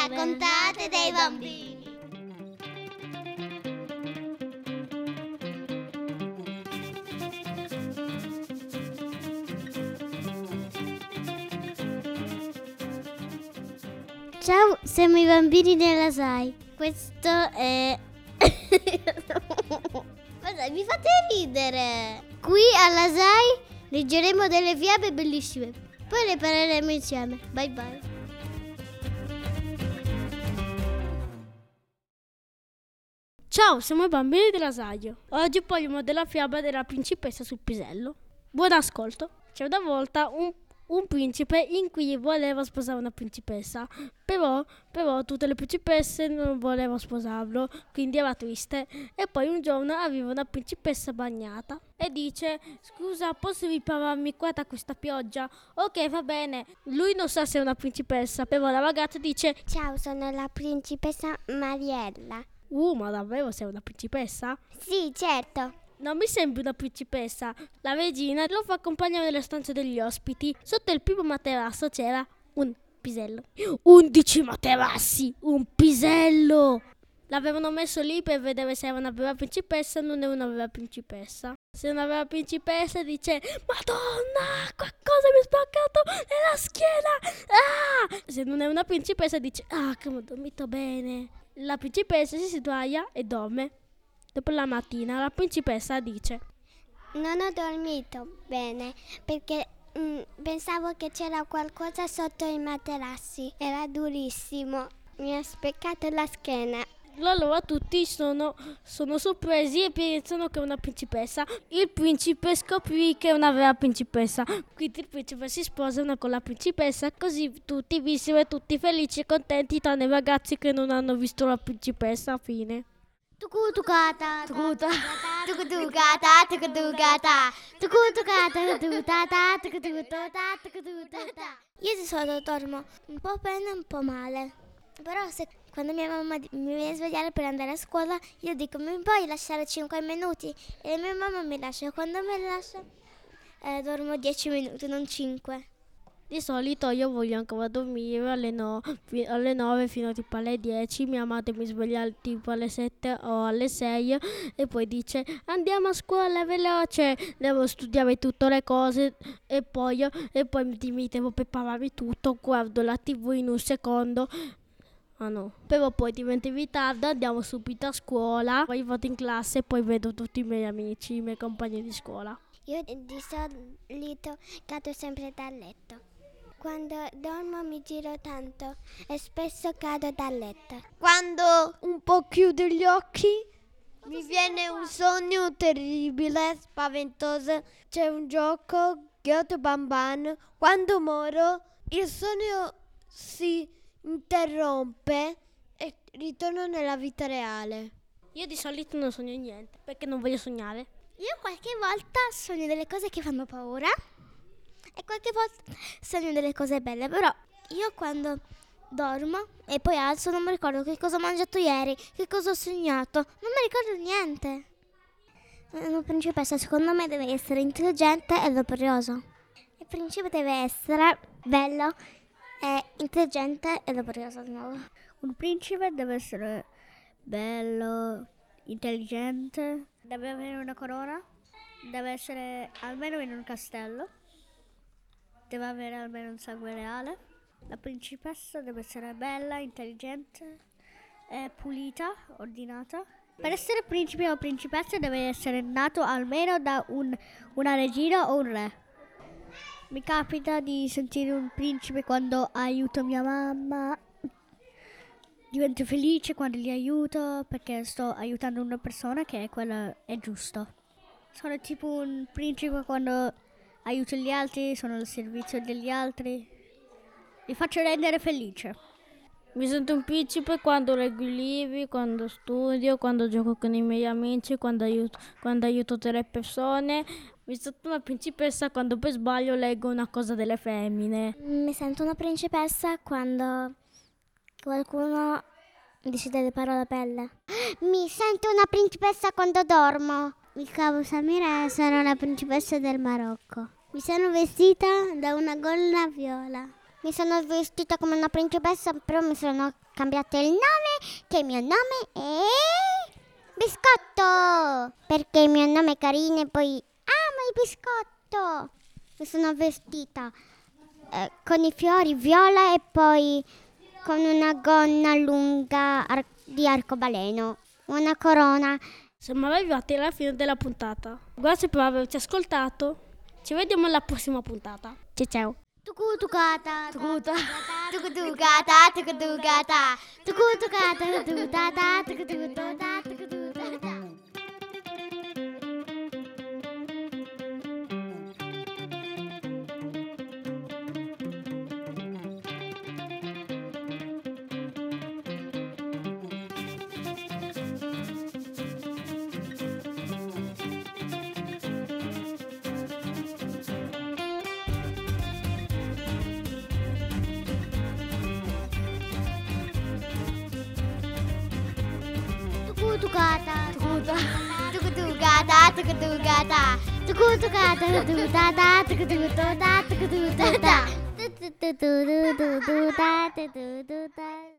raccontate dai bambini. Ciao, siamo i bambini della SAI. Questo è... Ma dai, mi fate ridere. Qui alla SAI leggeremo delle fiabe bellissime. Poi le parleremo insieme. Bye bye. Ciao, siamo i bambini della SAI. Oggi parliamo della fiaba della principessa sul pisello. Buon ascolto. C'è una volta un principe in cui voleva sposare una principessa, però tutte le principesse non volevano sposarlo, quindi era triste. E poi un giorno aveva una principessa bagnata e dice: scusa, posso ripararmi qua da questa pioggia? Ok, va bene. Lui non sa se è una principessa, però la ragazza dice: Ciao, sono la principessa Mariella. ma davvero sei una principessa? Sì, certo. Non mi sembri una principessa. La regina lo fa accompagnare nelle stanze degli ospiti. Sotto il primo materasso c'era un pisello. 11 materassi! Un pisello! L'avevano messo lì per vedere se era una vera principessa o non era una vera principessa. Se è una vera principessa dice: Madonna, qualcosa mi è spaccato nella schiena! Ah! Se non è una principessa dice: ah, che ho dormito bene. La principessa si sdraia e dorme. Dopo la mattina la principessa dice: Non ho dormito bene perché pensavo che c'era qualcosa sotto i materassi. Era durissimo. Mi ha speccato la schiena. Allora tutti sono sorpresi e pensano che è una principessa. Il principe scoprì che è una vera principessa. Quindi il principe si sposano con la principessa. Così tutti vissero tutti felici e contenti, tranne i ragazzi che non hanno visto la principessa. Fine. Tucutucata, tucutucata, tucutucata, tucutucata, tucutucata, tucutucata, tucutucata, tucutucata. Io di solito dormo un po' bene e un po' male. Però quando mia mamma mi viene a svegliare per andare a scuola, io dico: mi puoi lasciare 5 minuti? E mia mamma mi lascia. Quando mi lascia dormo 10 minuti, non 5. Di solito io voglio ancora dormire alle 9 fino tipo alle 10. Mia madre mi sveglia tipo alle 7 o alle 6 e poi dice: andiamo a scuola veloce, devo studiare tutte le cose e poi mi devo preparare tutto, guardo la TV in un secondo. Ah no, però poi diventa in ritardo, andiamo subito a scuola, poi vado in classe e poi vedo tutti i miei amici, i miei compagni di scuola. Io di solito cado sempre dal letto. Quando dormo mi giro tanto e spesso cado dal letto. Quando un po' chiudo gli occhi mi viene un sogno terribile, spaventoso. C'è un gioco, Gyoto Bamban. Quando moro il sogno si interrompe e ritorno nella vita reale. Io di solito non sogno niente perché non voglio sognare. Io qualche volta sogno delle cose che fanno paura e qualche volta sogno delle cose belle, però io quando dormo e poi alzo non mi ricordo che cosa ho mangiato ieri, che cosa ho sognato, non mi ricordo niente. Una principessa secondo me deve essere intelligente e laborioso. Il principe deve essere bello e intelligente e laborioso di nuovo. Un principe deve essere bello, intelligente, deve avere una corona, deve essere almeno in un castello, deve avere almeno un sangue reale. La principessa deve essere bella, intelligente, pulita, ordinata. Per essere principe o principessa deve essere nato almeno da una regina o un re. Mi capita di sentire un principe quando aiuto mia mamma. Divento felice quando li aiuto perché sto aiutando una persona che quello è giusto. Sono tipo un principe quando aiuto gli altri, sono al servizio degli altri. Li faccio rendere felice. Mi sento un principe quando leggo i libri, quando studio, quando gioco con i miei amici, quando aiuto delle persone. Mi sento una principessa quando per sbaglio leggo una cosa delle femmine. Mi sento una principessa quando qualcuno dice delle parole belle. Mi sento una principessa quando dormo. Mi chiamo Samira e sono la principessa del Marocco. Mi sono vestita da una gonna viola. Mi sono vestita come una principessa, però mi sono cambiate il nome, che il mio nome è Biscotto, perché il mio nome è carino e poi amo il biscotto. Mi sono vestita con i fiori viola e poi con una gonna lunga di arcobaleno, una corona. Siamo arrivati alla fine della puntata. Grazie per averci ascoltato. Ci vediamo alla prossima puntata. Ciao ciao. Tucutucata, tucutucata, tucutucata, tucutucata, tucutucata. Tucutucata, tucutucata, tucutucata, tucutucata, tucutucata, tucutucata.